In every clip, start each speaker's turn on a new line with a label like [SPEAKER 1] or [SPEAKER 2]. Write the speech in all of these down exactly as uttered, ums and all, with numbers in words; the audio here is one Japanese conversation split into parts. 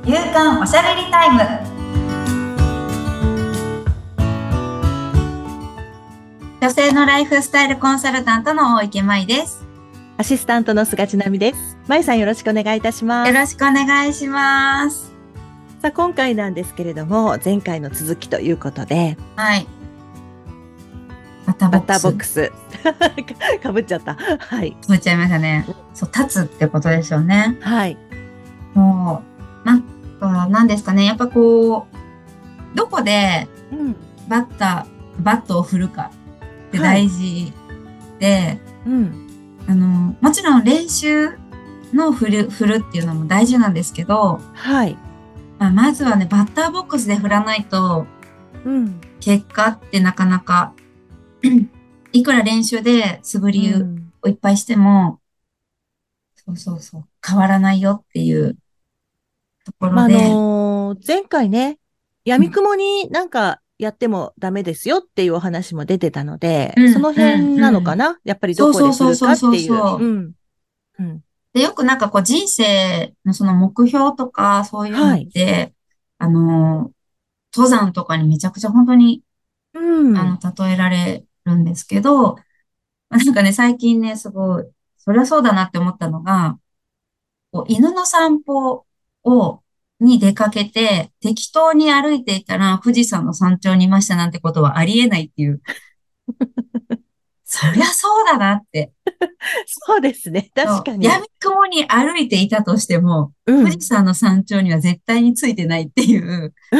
[SPEAKER 1] 夕刊おしゃべりタイム。女性のライフスタイルコンサルタントの大池舞です。
[SPEAKER 2] アシスタントの菅千奈美です。舞さん、よろしくお願いいたします。
[SPEAKER 1] よろしくお願いします。
[SPEAKER 2] さあ、今回なんですけれども、前回の続きということで、
[SPEAKER 1] はい。バッターボックス。
[SPEAKER 2] バッターボックス。かぶっちゃった。はい。
[SPEAKER 1] かぶっちゃいましたね。そう、立つってことですよね。
[SPEAKER 2] はい。
[SPEAKER 1] もう、なんか、なんですかね。やっぱこう、どこで
[SPEAKER 2] うん。
[SPEAKER 1] バッター、バットを振るかって
[SPEAKER 2] はい。
[SPEAKER 1] 大事で、
[SPEAKER 2] うん。
[SPEAKER 1] あの、もちろん練習の振る、振るっていうのも大事なんですけど、
[SPEAKER 2] はい。
[SPEAKER 1] まあ、まずはね、バッターボックスで振らないと、
[SPEAKER 2] うん。
[SPEAKER 1] 結果ってなかなかいくら練習で素振
[SPEAKER 2] う
[SPEAKER 1] りを
[SPEAKER 2] ん。
[SPEAKER 1] いっぱいしても、そうそうそう、変わらないよっていうとこ
[SPEAKER 2] まあ、あ
[SPEAKER 1] ろで、
[SPEAKER 2] のー前回ね、闇雲になんかやってもダメですよっていうお話も出てたので、
[SPEAKER 1] うん、
[SPEAKER 2] その
[SPEAKER 1] うん、
[SPEAKER 2] 辺な
[SPEAKER 1] うん。
[SPEAKER 2] のかな、やっぱりど
[SPEAKER 1] そうそう
[SPEAKER 2] こで振る
[SPEAKER 1] そうそうそう
[SPEAKER 2] かっていう。
[SPEAKER 1] そう。
[SPEAKER 2] うん。うん。
[SPEAKER 1] で、よくなんかこう人生のその目標とかそういうの
[SPEAKER 2] はい。
[SPEAKER 1] って、あの、登山とかにめちゃくちゃ本当に、
[SPEAKER 2] う
[SPEAKER 1] あの、
[SPEAKER 2] ん。
[SPEAKER 1] 例えられるんですけど、なんかね、最近ね、すごい、そりゃそうだなって思ったのが、こう犬の散歩を、に出かけて、適当に歩いていたら富士山の山頂にいましたなんてことはありえないっていう、そりゃそうだなって。
[SPEAKER 2] そうですね。確
[SPEAKER 1] そう、
[SPEAKER 2] かに。
[SPEAKER 1] 闇雲に歩いていたとしても、富士
[SPEAKER 2] うん。
[SPEAKER 1] 山の山頂には絶対についてないっていう。
[SPEAKER 2] うん。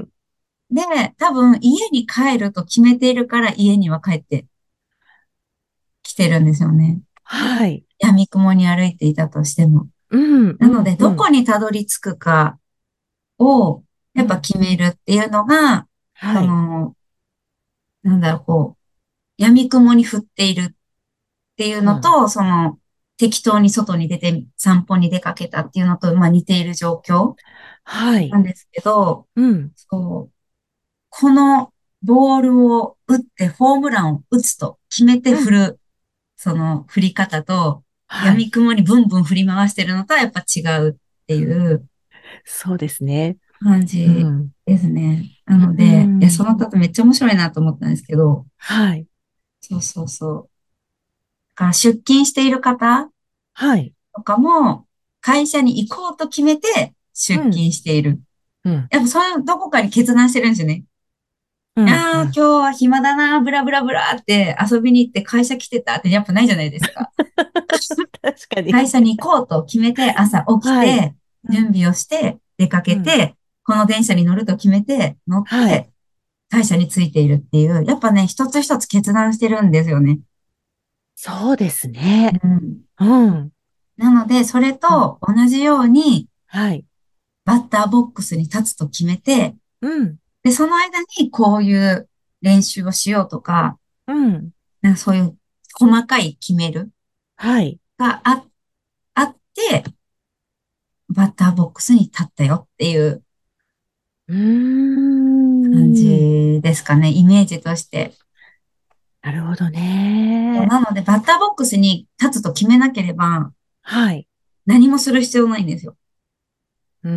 [SPEAKER 1] で、多分家に帰ると決めているから家には帰ってきてるんですよね。
[SPEAKER 2] はい。
[SPEAKER 1] 闇雲に歩いていたとしても。
[SPEAKER 2] うん、うん、
[SPEAKER 1] なので、どこ
[SPEAKER 2] うん。
[SPEAKER 1] にたどり着くかを、やっぱ
[SPEAKER 2] うん。
[SPEAKER 1] 決めるっていうのが、そ
[SPEAKER 2] はい。
[SPEAKER 1] の、なんだろう、こう、闇雲に振っているっていう
[SPEAKER 2] うん。
[SPEAKER 1] のと、その、適当に外に出て散歩に出かけたっていうのと、まあ似ている状況
[SPEAKER 2] はい。
[SPEAKER 1] なんですけど、
[SPEAKER 2] うん。
[SPEAKER 1] そう、このボールを打ってホームランを打つと決めて
[SPEAKER 2] うん。
[SPEAKER 1] 振る、その振り方と、
[SPEAKER 2] はい。
[SPEAKER 1] 闇雲にブンブン振り回してるのとはやっぱ違うっていう
[SPEAKER 2] そうですね。
[SPEAKER 1] 感じ
[SPEAKER 2] うん。
[SPEAKER 1] ですね。な
[SPEAKER 2] う
[SPEAKER 1] ので、いや、そ
[SPEAKER 2] ん。
[SPEAKER 1] の方めっちゃ面白いなと思ったんですけど、
[SPEAKER 2] はい。
[SPEAKER 1] そうそうそう。だから出勤している方
[SPEAKER 2] はい。
[SPEAKER 1] とかも、会社に行こうと決めて出
[SPEAKER 2] うん。
[SPEAKER 1] 勤している。
[SPEAKER 2] うん。
[SPEAKER 1] やっぱそういうどこかに決断してるんですよね。
[SPEAKER 2] うん。う
[SPEAKER 1] ああ、今
[SPEAKER 2] ん。
[SPEAKER 1] 日は暇だな、ブラブラブラって遊びに行って会社来てたってやっぱないじゃないですか。
[SPEAKER 2] 確かに。
[SPEAKER 1] 会社に行こうと決めて朝起き
[SPEAKER 2] はい。
[SPEAKER 1] て、
[SPEAKER 2] うん。
[SPEAKER 1] 準備をして出か
[SPEAKER 2] うん。
[SPEAKER 1] けて、この電車に乗ると決めて乗っ
[SPEAKER 2] はい。
[SPEAKER 1] て会社についているっていう、やっぱね、一つ一つ決断してるんですよね。
[SPEAKER 2] そうですね。
[SPEAKER 1] うん。
[SPEAKER 2] うん。
[SPEAKER 1] なので、それ
[SPEAKER 2] うん。
[SPEAKER 1] と同じように、
[SPEAKER 2] はい。
[SPEAKER 1] バッターボックスに立つと決めて、
[SPEAKER 2] うん。
[SPEAKER 1] で、その間にこういう練習をしようとか、
[SPEAKER 2] うん。
[SPEAKER 1] なんかそういう細かい決める
[SPEAKER 2] はい。
[SPEAKER 1] があ、あって、バッターボックスに立ったよっていう
[SPEAKER 2] うー
[SPEAKER 1] 感
[SPEAKER 2] ん。
[SPEAKER 1] じですかね、イメージとして。
[SPEAKER 2] なるほどね。
[SPEAKER 1] なので、バッターボックスに立つと決めなければ、
[SPEAKER 2] はい。
[SPEAKER 1] 何もする必要ないんですよ。
[SPEAKER 2] うん。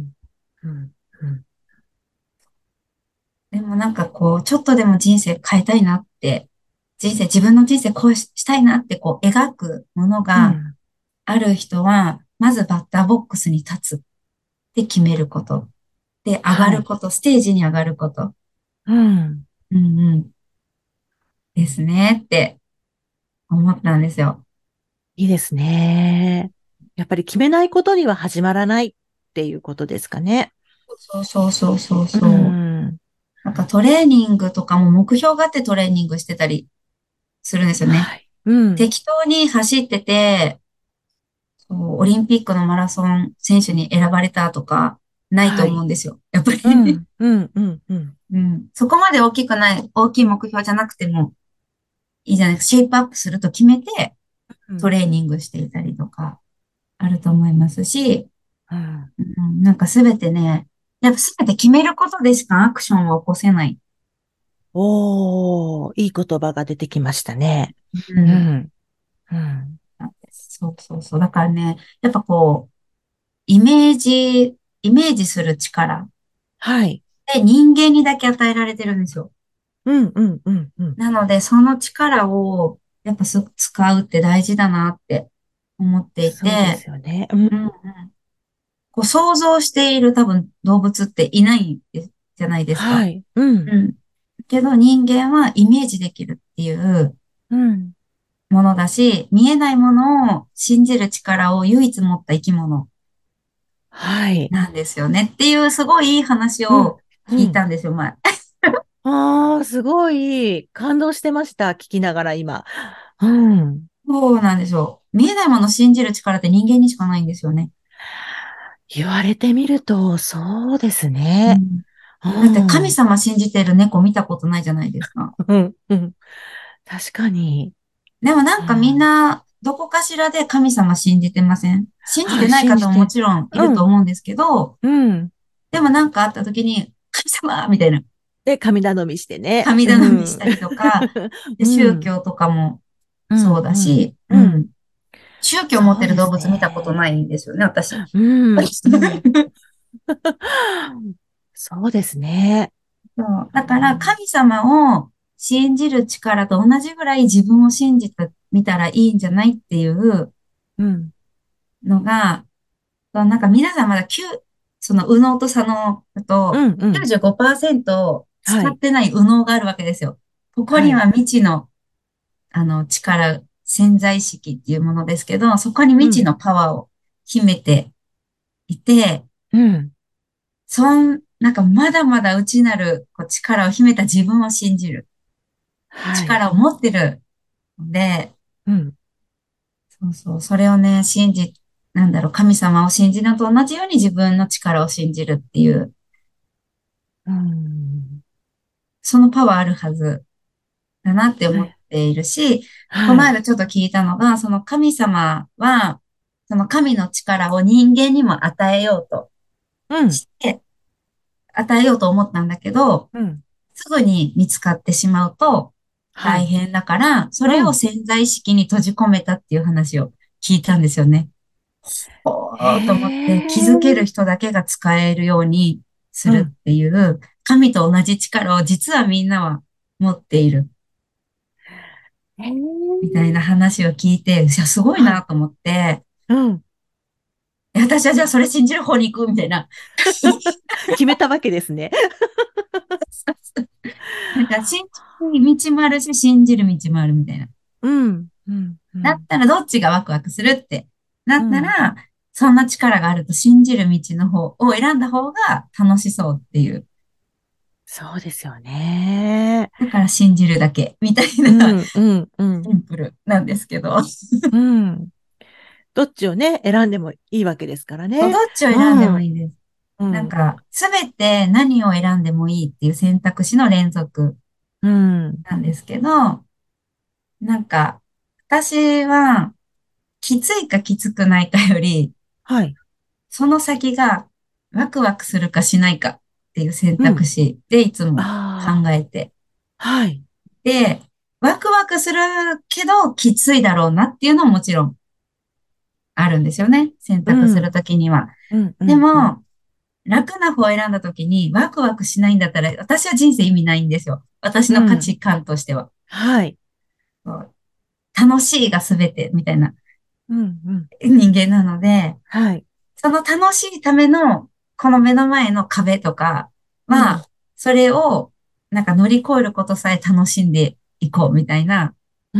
[SPEAKER 2] うん。うん。
[SPEAKER 1] でもなんかこう、ちょっとでも人生変えたいなって、人生、自分の人生こうししたいなってこう描くものが
[SPEAKER 2] うん。
[SPEAKER 1] ある人は、まずバッターボックスに立つって決めること。で、上が
[SPEAKER 2] はい。
[SPEAKER 1] ること、ステージに上がること。
[SPEAKER 2] うん。
[SPEAKER 1] うんうん。ですねって思ったんですよ。
[SPEAKER 2] いいですね。やっぱり決めないことには始まらないっていうことですかね。
[SPEAKER 1] そうそうそうそう
[SPEAKER 2] う
[SPEAKER 1] そう。
[SPEAKER 2] ん。
[SPEAKER 1] なんかトレーニングとかも目標があってトレーニングしてたりするんですよね。
[SPEAKER 2] はい。うん。
[SPEAKER 1] 適当に走ってて、そうオリンピックのマラソン選手に選ばれたとか、ないと
[SPEAKER 2] はい。
[SPEAKER 1] 思うんですよ。やっぱり
[SPEAKER 2] うん。うん。うん。うん。
[SPEAKER 1] うん。そこまで大きくない、大きい目標じゃなくてもいいじゃないですか。シェイプアップすると決めて
[SPEAKER 2] うん。
[SPEAKER 1] トレーニングしていたりとかあると思いますし、
[SPEAKER 2] うん。
[SPEAKER 1] うん、なんかすべてね、やっぱすべて決めることでしかアクションを起こせない。
[SPEAKER 2] おー、いい言葉が出てきましたね。
[SPEAKER 1] うん。
[SPEAKER 2] うん。うん。
[SPEAKER 1] そうそうそう。だからね、やっぱこう、イメージイメージする力
[SPEAKER 2] はい。
[SPEAKER 1] で人間にだけ与えられてるんですよ。
[SPEAKER 2] うん、うん、うん、うん。
[SPEAKER 1] なので、その力をやっぱす使うって大事だなって思ってい
[SPEAKER 2] そうで
[SPEAKER 1] て、
[SPEAKER 2] すよね。うん。
[SPEAKER 1] うんうん、こう想像している多分動物っていないじゃないですか。
[SPEAKER 2] はい。うん、
[SPEAKER 1] うん。けど人間はイメージできるっていう
[SPEAKER 2] うん。
[SPEAKER 1] ものだし、見えないものを信じる力を唯一持った生き物
[SPEAKER 2] はい。
[SPEAKER 1] なんですよねっていうすごいいい話
[SPEAKER 2] うん、
[SPEAKER 1] を聞い
[SPEAKER 2] うん。
[SPEAKER 1] たんですよ、前。
[SPEAKER 2] ああ、すごい。感動してました。聞きながら今。うん。
[SPEAKER 1] そうなんですよ。見えないものを信じる力って人間にしかないんですよね。
[SPEAKER 2] 言われてみると、そうですね。
[SPEAKER 1] うん。
[SPEAKER 2] う
[SPEAKER 1] だって神
[SPEAKER 2] ん。
[SPEAKER 1] 様信じてる猫見たことないじゃないですか。
[SPEAKER 2] うん、うん。確かに。
[SPEAKER 1] でもなんかみん
[SPEAKER 2] うん。
[SPEAKER 1] などこかしらで神様信じてません？信じ
[SPEAKER 2] はい、
[SPEAKER 1] てない方もも
[SPEAKER 2] 信じて。
[SPEAKER 1] ちろんいると
[SPEAKER 2] うん、
[SPEAKER 1] 思うんですけど、
[SPEAKER 2] うん。
[SPEAKER 1] でもなんかあった時に神様みたいな
[SPEAKER 2] で、神頼みしてね。
[SPEAKER 1] 神
[SPEAKER 2] うん。
[SPEAKER 1] 頼みしたりとか、で
[SPEAKER 2] うん。
[SPEAKER 1] 宗教とかも
[SPEAKER 2] うん、
[SPEAKER 1] そうだ
[SPEAKER 2] うん。
[SPEAKER 1] し、う
[SPEAKER 2] うん。
[SPEAKER 1] ん。宗教を持ってる動
[SPEAKER 2] そうです
[SPEAKER 1] 物見たことな
[SPEAKER 2] ね。
[SPEAKER 1] いんですよね、私。
[SPEAKER 2] うん、うん。そうですね。
[SPEAKER 1] そう
[SPEAKER 2] う
[SPEAKER 1] だから
[SPEAKER 2] ん、
[SPEAKER 1] 神様を信じる力と同じぐらい自分を信じてみたらいいんじゃないっていう
[SPEAKER 2] うん、
[SPEAKER 1] のが、そうなんか皆さんまだきゅう、その右脳と左脳と
[SPEAKER 2] うん、うん。
[SPEAKER 1] きゅうじゅうごパーセント使
[SPEAKER 2] はい、
[SPEAKER 1] ってない右脳があるわけですよ。ここ
[SPEAKER 2] はい。
[SPEAKER 1] には未知の、あの力、潜在意識っていうものですけど、そこに
[SPEAKER 2] うん、
[SPEAKER 1] 未知のパワーを秘めていて、
[SPEAKER 2] うん。
[SPEAKER 1] そん、なんかまだまだ内なるこう力を秘めた自分を信じる
[SPEAKER 2] はい。
[SPEAKER 1] 力を持ってるので、
[SPEAKER 2] うん、
[SPEAKER 1] そうそう、それをね、信じ、なんだろう、神様を信じるのと同じように自分の力を信じるっていう、
[SPEAKER 2] うん。
[SPEAKER 1] そのパワーあるはずだなって思っ
[SPEAKER 2] はい、
[SPEAKER 1] ているし、この
[SPEAKER 2] はい。
[SPEAKER 1] 間ちょっと聞いたのが、その神様は、その神の力を人間にも与えようと
[SPEAKER 2] うん、
[SPEAKER 1] して、与えようと思ったんだけど、
[SPEAKER 2] うん。
[SPEAKER 1] すぐに見つかってしまうと
[SPEAKER 2] はい。
[SPEAKER 1] 大変だから、それを
[SPEAKER 2] うん。
[SPEAKER 1] 潜在意識に閉じ込めたっていう話を聞いたんですよね。お
[SPEAKER 2] へ
[SPEAKER 1] ーと思って気づける
[SPEAKER 2] え。
[SPEAKER 1] 人だけが使えるようにする
[SPEAKER 2] うん。
[SPEAKER 1] っていう、神と同じ力を実はみんなは持っている
[SPEAKER 2] へえ。
[SPEAKER 1] みたいな話を聞いて、いや、すごい
[SPEAKER 2] はい。
[SPEAKER 1] なと思って、
[SPEAKER 2] うん。
[SPEAKER 1] え私はじゃあそれ信じる方に行くみたいな。
[SPEAKER 2] 決めたわけですね。
[SPEAKER 1] なんか信じる道もあるし、信じる道もあるみたいな。
[SPEAKER 2] うん、うん、う
[SPEAKER 1] だっ
[SPEAKER 2] ん、
[SPEAKER 1] たらどっちがワクワクするってなった
[SPEAKER 2] うん。
[SPEAKER 1] ら、そんな力があると信じる道の方を選んだ方が楽しそうっていう。
[SPEAKER 2] そうですよね。
[SPEAKER 1] だから信じるだけみたいな
[SPEAKER 2] うん、うん、うん、
[SPEAKER 1] シンプルなんですけど。
[SPEAKER 2] うん。どっちをね、選んでもいいわけですから
[SPEAKER 1] どっ
[SPEAKER 2] ね。
[SPEAKER 1] ちを選んで
[SPEAKER 2] うん、
[SPEAKER 1] もいいです。
[SPEAKER 2] うん、
[SPEAKER 1] なんか、すべて何を選んでもいいっていう選択肢の連続
[SPEAKER 2] うん。
[SPEAKER 1] なんですけど、なんか、私は、きついかきつくないかより、
[SPEAKER 2] はい。
[SPEAKER 1] その先がワクワクするかしないかっていう選
[SPEAKER 2] うん。
[SPEAKER 1] 択肢でいつも考
[SPEAKER 2] あ
[SPEAKER 1] えて。
[SPEAKER 2] あ、はい。
[SPEAKER 1] で、ワクワクするけどきついだろうなっていうのももちろんあるんですよね。選
[SPEAKER 2] う
[SPEAKER 1] 択する
[SPEAKER 2] ん、
[SPEAKER 1] ときには。
[SPEAKER 2] うん、うん、うん。
[SPEAKER 1] でも、楽な方を選んだときにワクワクしないんだったら、私は人生意味ないんですよ。私
[SPEAKER 2] うん。
[SPEAKER 1] の価値観としては。
[SPEAKER 2] はい。
[SPEAKER 1] そう楽しいが全てみたいな
[SPEAKER 2] うん、うん。
[SPEAKER 1] 人間なので、
[SPEAKER 2] はい。
[SPEAKER 1] その楽しいための、この目の前の壁とかは、
[SPEAKER 2] うん、
[SPEAKER 1] それをなんか乗り越えることさえ楽しんでいこうみたいな
[SPEAKER 2] うん。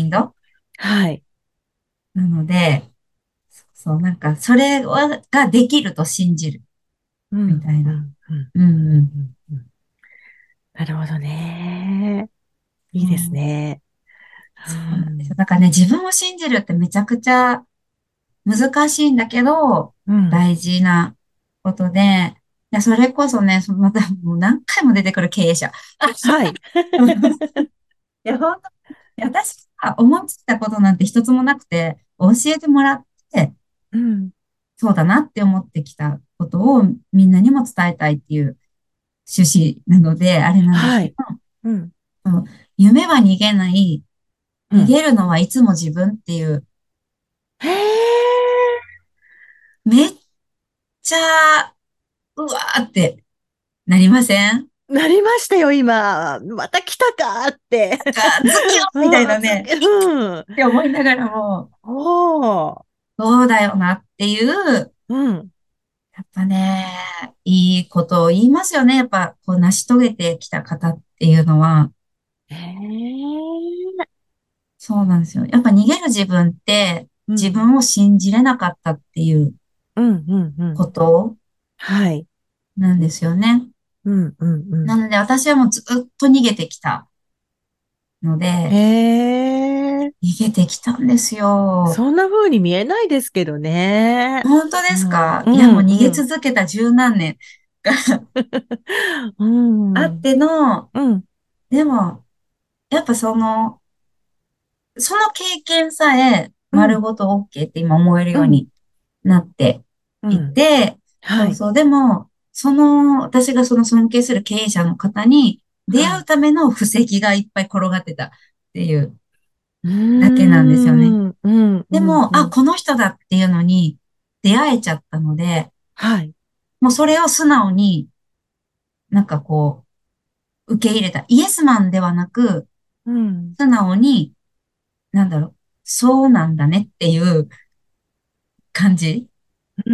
[SPEAKER 1] マインド
[SPEAKER 2] はい。
[SPEAKER 1] なので、そう、なんかそれができると信じる
[SPEAKER 2] うん、
[SPEAKER 1] みたいな。
[SPEAKER 2] うん、うん、
[SPEAKER 1] うんうん。
[SPEAKER 2] うん、うん。なるほどね。いいです
[SPEAKER 1] そう
[SPEAKER 2] ね。う
[SPEAKER 1] そうなんですよ。
[SPEAKER 2] ん。
[SPEAKER 1] だからね、自分を信じるってめちゃくちゃ難しいんだけど、
[SPEAKER 2] うん。
[SPEAKER 1] 大事なことで、いや、それこそね、そのまたもう何回も出てくる経営者。
[SPEAKER 2] はい。
[SPEAKER 1] いや、本当に、私が思いついたことなんて一つもなくて、教えてもらって、
[SPEAKER 2] うん。
[SPEAKER 1] そうだなって思ってきたことをみんなにも伝えたいっていう趣旨なので、あれなんですけど、
[SPEAKER 2] はい。うん。
[SPEAKER 1] そう夢は逃げない、
[SPEAKER 2] うん。
[SPEAKER 1] 逃げるのはいつも自分っていう、
[SPEAKER 2] へえ。
[SPEAKER 1] めっちちゃ、うわーってなりません？
[SPEAKER 2] なりましたよ、今。また来たかって。
[SPEAKER 1] なんか、ズキュンみたい
[SPEAKER 2] うん、つ
[SPEAKER 1] なね、
[SPEAKER 2] け、うん。
[SPEAKER 1] って思いながらも、
[SPEAKER 2] おー。
[SPEAKER 1] そうだよなっていう、
[SPEAKER 2] うん。
[SPEAKER 1] やっぱね、いいことを言いますよね。やっぱ、こう、成し遂げてきた方っていうのは、
[SPEAKER 2] ええ、
[SPEAKER 1] そうなんですよ。やっぱ逃げる自分って、
[SPEAKER 2] うん。
[SPEAKER 1] 自分を信じれなかったっていう
[SPEAKER 2] うん、うん、うん。
[SPEAKER 1] こと
[SPEAKER 2] はい。
[SPEAKER 1] なんですよね。
[SPEAKER 2] うん、うん、うん。
[SPEAKER 1] なので、私はもうずっと逃げてきたの
[SPEAKER 2] へ
[SPEAKER 1] で、
[SPEAKER 2] え。
[SPEAKER 1] 逃げてきたんですよ。
[SPEAKER 2] そんな風に見えないですけどね。
[SPEAKER 1] 本当で
[SPEAKER 2] うん、
[SPEAKER 1] すか？いや、
[SPEAKER 2] うん、
[SPEAKER 1] もう逃げ
[SPEAKER 2] うん。
[SPEAKER 1] 続けた十何年が
[SPEAKER 2] うん、
[SPEAKER 1] あっての、
[SPEAKER 2] うん、
[SPEAKER 1] でも、やっぱその、その経験さえ
[SPEAKER 2] うん、
[SPEAKER 1] 丸ごと OK って今思える
[SPEAKER 2] うん、
[SPEAKER 1] ようになってい
[SPEAKER 2] うん。
[SPEAKER 1] て、そ
[SPEAKER 2] はい。
[SPEAKER 1] うそう。でも、その、私がその尊敬する経営者の方に出
[SPEAKER 2] はい。
[SPEAKER 1] 会うための布石がいっぱい転がってたっていう
[SPEAKER 2] うー
[SPEAKER 1] だけなんですよね。
[SPEAKER 2] ん、うん、うん、
[SPEAKER 1] でも、あ、
[SPEAKER 2] うん。
[SPEAKER 1] この人だっていうのに出会えちゃったので、
[SPEAKER 2] はい。
[SPEAKER 1] もうそれを素直になんかこう、受け入れた。イエスマンではなく、
[SPEAKER 2] うん、
[SPEAKER 1] 素直に、なんだろう、そうなんだねっていう感じ。
[SPEAKER 2] うん。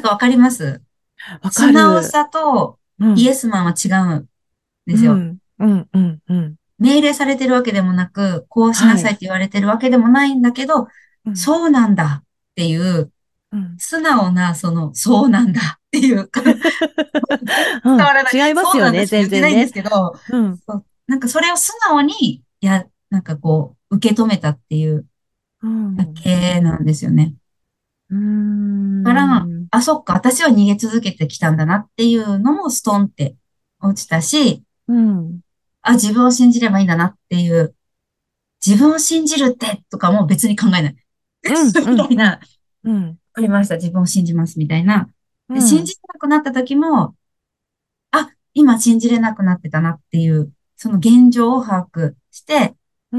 [SPEAKER 1] なんかわかります？
[SPEAKER 2] わ
[SPEAKER 1] 素
[SPEAKER 2] かる。
[SPEAKER 1] 直さと
[SPEAKER 2] うん、
[SPEAKER 1] イエスマンは違うんですよ。
[SPEAKER 2] うん、うん、うん、うん。
[SPEAKER 1] 命令されてるわけでもなく、こうしな
[SPEAKER 2] はい。
[SPEAKER 1] さいって言われてるわけでもないんだけど、
[SPEAKER 2] うん、
[SPEAKER 1] そうなんだっていう、
[SPEAKER 2] うん。
[SPEAKER 1] 素直な、その、そうなんだっていうか、全然
[SPEAKER 2] うん。
[SPEAKER 1] 伝わらない。
[SPEAKER 2] 違いますよね、
[SPEAKER 1] そうなんだしか言ってないんで
[SPEAKER 2] 全然ね。
[SPEAKER 1] すけど、
[SPEAKER 2] うん、
[SPEAKER 1] そうなんかそれを素直に、や、なんかこう、受け止めたっていう
[SPEAKER 2] う
[SPEAKER 1] だ
[SPEAKER 2] ん。
[SPEAKER 1] けなんですよね。
[SPEAKER 2] うー
[SPEAKER 1] から、
[SPEAKER 2] ん、
[SPEAKER 1] あ、そっか、私は逃げ続けてきたんだなっていうのもストンって落ちたし、
[SPEAKER 2] うん、
[SPEAKER 1] あ、自分を信じればいいんだなっていう、自分を信じるってとかも別に考えない。
[SPEAKER 2] うん、う
[SPEAKER 1] みた
[SPEAKER 2] ん、うん、
[SPEAKER 1] いな、
[SPEAKER 2] うん、
[SPEAKER 1] ありました。自分を信じますみたいな。で、信
[SPEAKER 2] うん、
[SPEAKER 1] じなくなった時も、あ、今信じれなくなってたなっていう、その現状を把握して、
[SPEAKER 2] うん。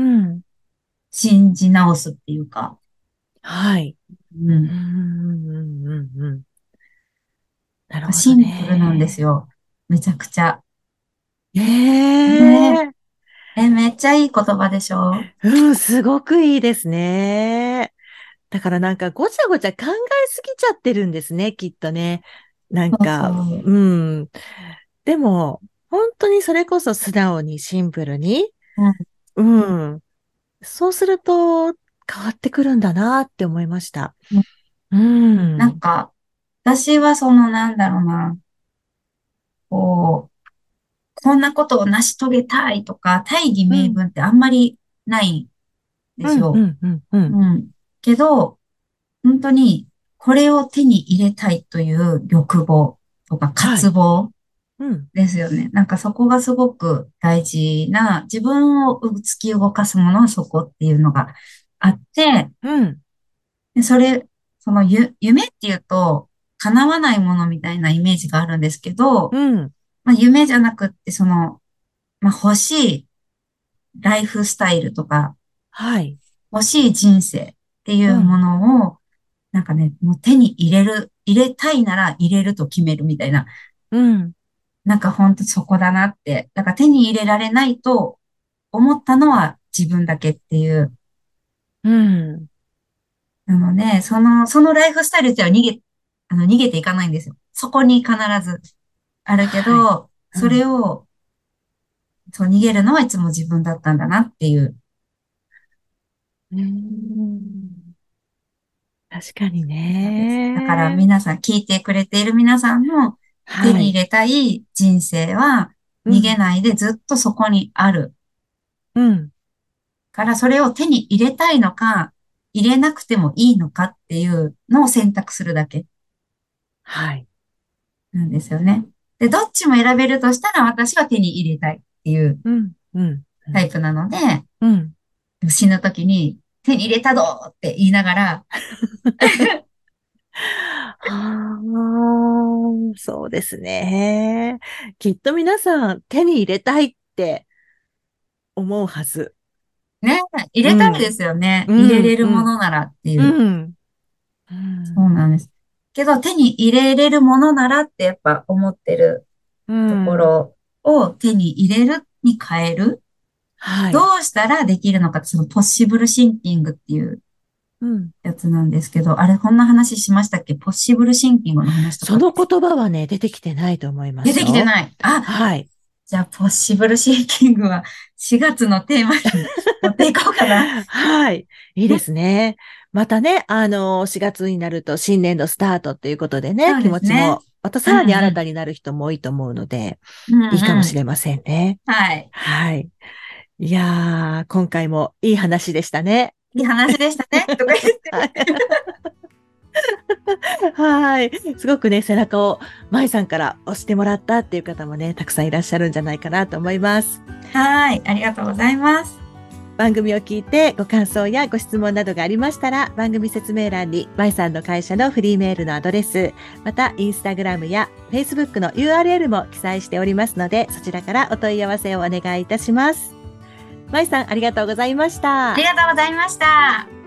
[SPEAKER 1] 信じ直すっていうか、
[SPEAKER 2] はい。
[SPEAKER 1] うん。
[SPEAKER 2] うん、うん、うん、うん。なるほど
[SPEAKER 1] シンプルなんで
[SPEAKER 2] ね。
[SPEAKER 1] すよ。めちゃくちゃ。
[SPEAKER 2] え
[SPEAKER 1] ね
[SPEAKER 2] え、
[SPEAKER 1] え、え、めっちゃいい言葉でしょ？
[SPEAKER 2] うん、すごくいいですね。だからなんかごちゃごちゃ考えすぎちゃってるんですね、きっとね。なん
[SPEAKER 1] そうそ
[SPEAKER 2] か、
[SPEAKER 1] う。
[SPEAKER 2] うん。でも、本当にそれこそ素直にシンプルに、
[SPEAKER 1] うん。
[SPEAKER 2] うん。そうすると変わってくるんだなって思いました。
[SPEAKER 1] うん
[SPEAKER 2] うん。
[SPEAKER 1] なんか、私はその、なんだろうな、こう、こんなことを成し遂げたいとか、大義
[SPEAKER 2] うん。
[SPEAKER 1] 名分ってあんまりないんで
[SPEAKER 2] うん、う
[SPEAKER 1] すよ。
[SPEAKER 2] ん、うん、うん。
[SPEAKER 1] うん。けど、本当に、これを手に入れたいという欲望とか
[SPEAKER 2] はい。
[SPEAKER 1] 渇望
[SPEAKER 2] うん、
[SPEAKER 1] ですよね。なんかそこがすごく大事な、自分を突き動かすものはそこっていうのがあって、
[SPEAKER 2] うん。
[SPEAKER 1] で、それ、そのゆ、夢っていうと、叶わないものみたいなイメージがあるんですけど、
[SPEAKER 2] うん。
[SPEAKER 1] まあ、夢じゃなくって、その、まあ、欲しいライフスタイルとか、
[SPEAKER 2] はい。
[SPEAKER 1] 欲しい人生っていうも
[SPEAKER 2] うん。
[SPEAKER 1] のを、なんかね、もう手に入れる、入れたいなら入れると決めるみたいな、
[SPEAKER 2] うん。
[SPEAKER 1] なんかほんとそこだなって。だから手に入れられないと思ったのは自分だけっていう。
[SPEAKER 2] うん。
[SPEAKER 1] なので、その、そのライフスタイルっていうのは逃げ、あの、逃げていかないんですよ。そこに必ずあるけ
[SPEAKER 2] はい。
[SPEAKER 1] ど、それ
[SPEAKER 2] うん。
[SPEAKER 1] を、そう逃げるのはいつも自分だったんだなっていう
[SPEAKER 2] うん。確かに
[SPEAKER 1] ことです。だから
[SPEAKER 2] ね。
[SPEAKER 1] 皆さん、聞いてくれている皆さんの手
[SPEAKER 2] はい。
[SPEAKER 1] に入れたい人生は逃げ
[SPEAKER 2] うん。
[SPEAKER 1] ないでずっとそこにある
[SPEAKER 2] うん。
[SPEAKER 1] から、それを手に入れたいのか、入れなくてもいいのかっていうのを選択するだけ
[SPEAKER 2] はい。
[SPEAKER 1] なんですよね。で、どっちも選べるとしたら私は手に入れたいっていう
[SPEAKER 2] うん。うん。うん。
[SPEAKER 1] タイプなので、
[SPEAKER 2] うん。
[SPEAKER 1] 死ぬ時に手に入れたぞって言いながら、
[SPEAKER 2] ああ、そうですね。きっと皆さん手に入れたいって思うはず。
[SPEAKER 1] ね、入れたいで
[SPEAKER 2] うん。
[SPEAKER 1] すよね。
[SPEAKER 2] うん。
[SPEAKER 1] 入れれる
[SPEAKER 2] うん。
[SPEAKER 1] ものならっていう。
[SPEAKER 2] うん。うん。
[SPEAKER 1] そうなんです。 けど手に入れれるものならってやっぱ思ってる
[SPEAKER 2] う
[SPEAKER 1] とこ
[SPEAKER 2] ん。
[SPEAKER 1] ろを手に入れるに変える。ど
[SPEAKER 2] はい。
[SPEAKER 1] うしたらできるのかって、そのポッシブルシンキングっていう
[SPEAKER 2] うん。
[SPEAKER 1] やつなんですけど、あれ、こんな話しましたっけ？ポッシブルシンキングの話とかって。
[SPEAKER 2] その言葉はね、出てきてないと思いま
[SPEAKER 1] 出
[SPEAKER 2] すよ。
[SPEAKER 1] てきてない。あ、
[SPEAKER 2] はい。
[SPEAKER 1] じゃあ、ポッシブルシンキングはしがつのテーマに持っていこうかな。
[SPEAKER 2] はい。いいですね。またね、あの、しがつになると新年度スタートということでね、
[SPEAKER 1] そう
[SPEAKER 2] 気
[SPEAKER 1] ですね。
[SPEAKER 2] 持ちも、また
[SPEAKER 1] う
[SPEAKER 2] さらに新た
[SPEAKER 1] んうん。
[SPEAKER 2] になる人も多いと思うので、
[SPEAKER 1] うん
[SPEAKER 2] いいかも
[SPEAKER 1] うん。
[SPEAKER 2] しれませんね。
[SPEAKER 1] はい。
[SPEAKER 2] はい。いやー、今回もいい話でしたね。
[SPEAKER 1] いい話でしたね。とか言って。
[SPEAKER 2] はい。はい。すごくね、背中を舞さんから押してもらったっていう方もね、たくさんいらっしゃるんじゃないかなと思います。
[SPEAKER 1] はい。ありがとうございます。
[SPEAKER 2] 番組を聞いてご感想やご質問などがありましたら、番組説明欄に舞さんの会社のフリーメールのアドレス、またインスタグラムやフェイスブックの ユーアールエル も記載しておりますので、そちらからお問い合わせをお願いいたします。舞さん、ありがとうございました。
[SPEAKER 1] ありがとうございました。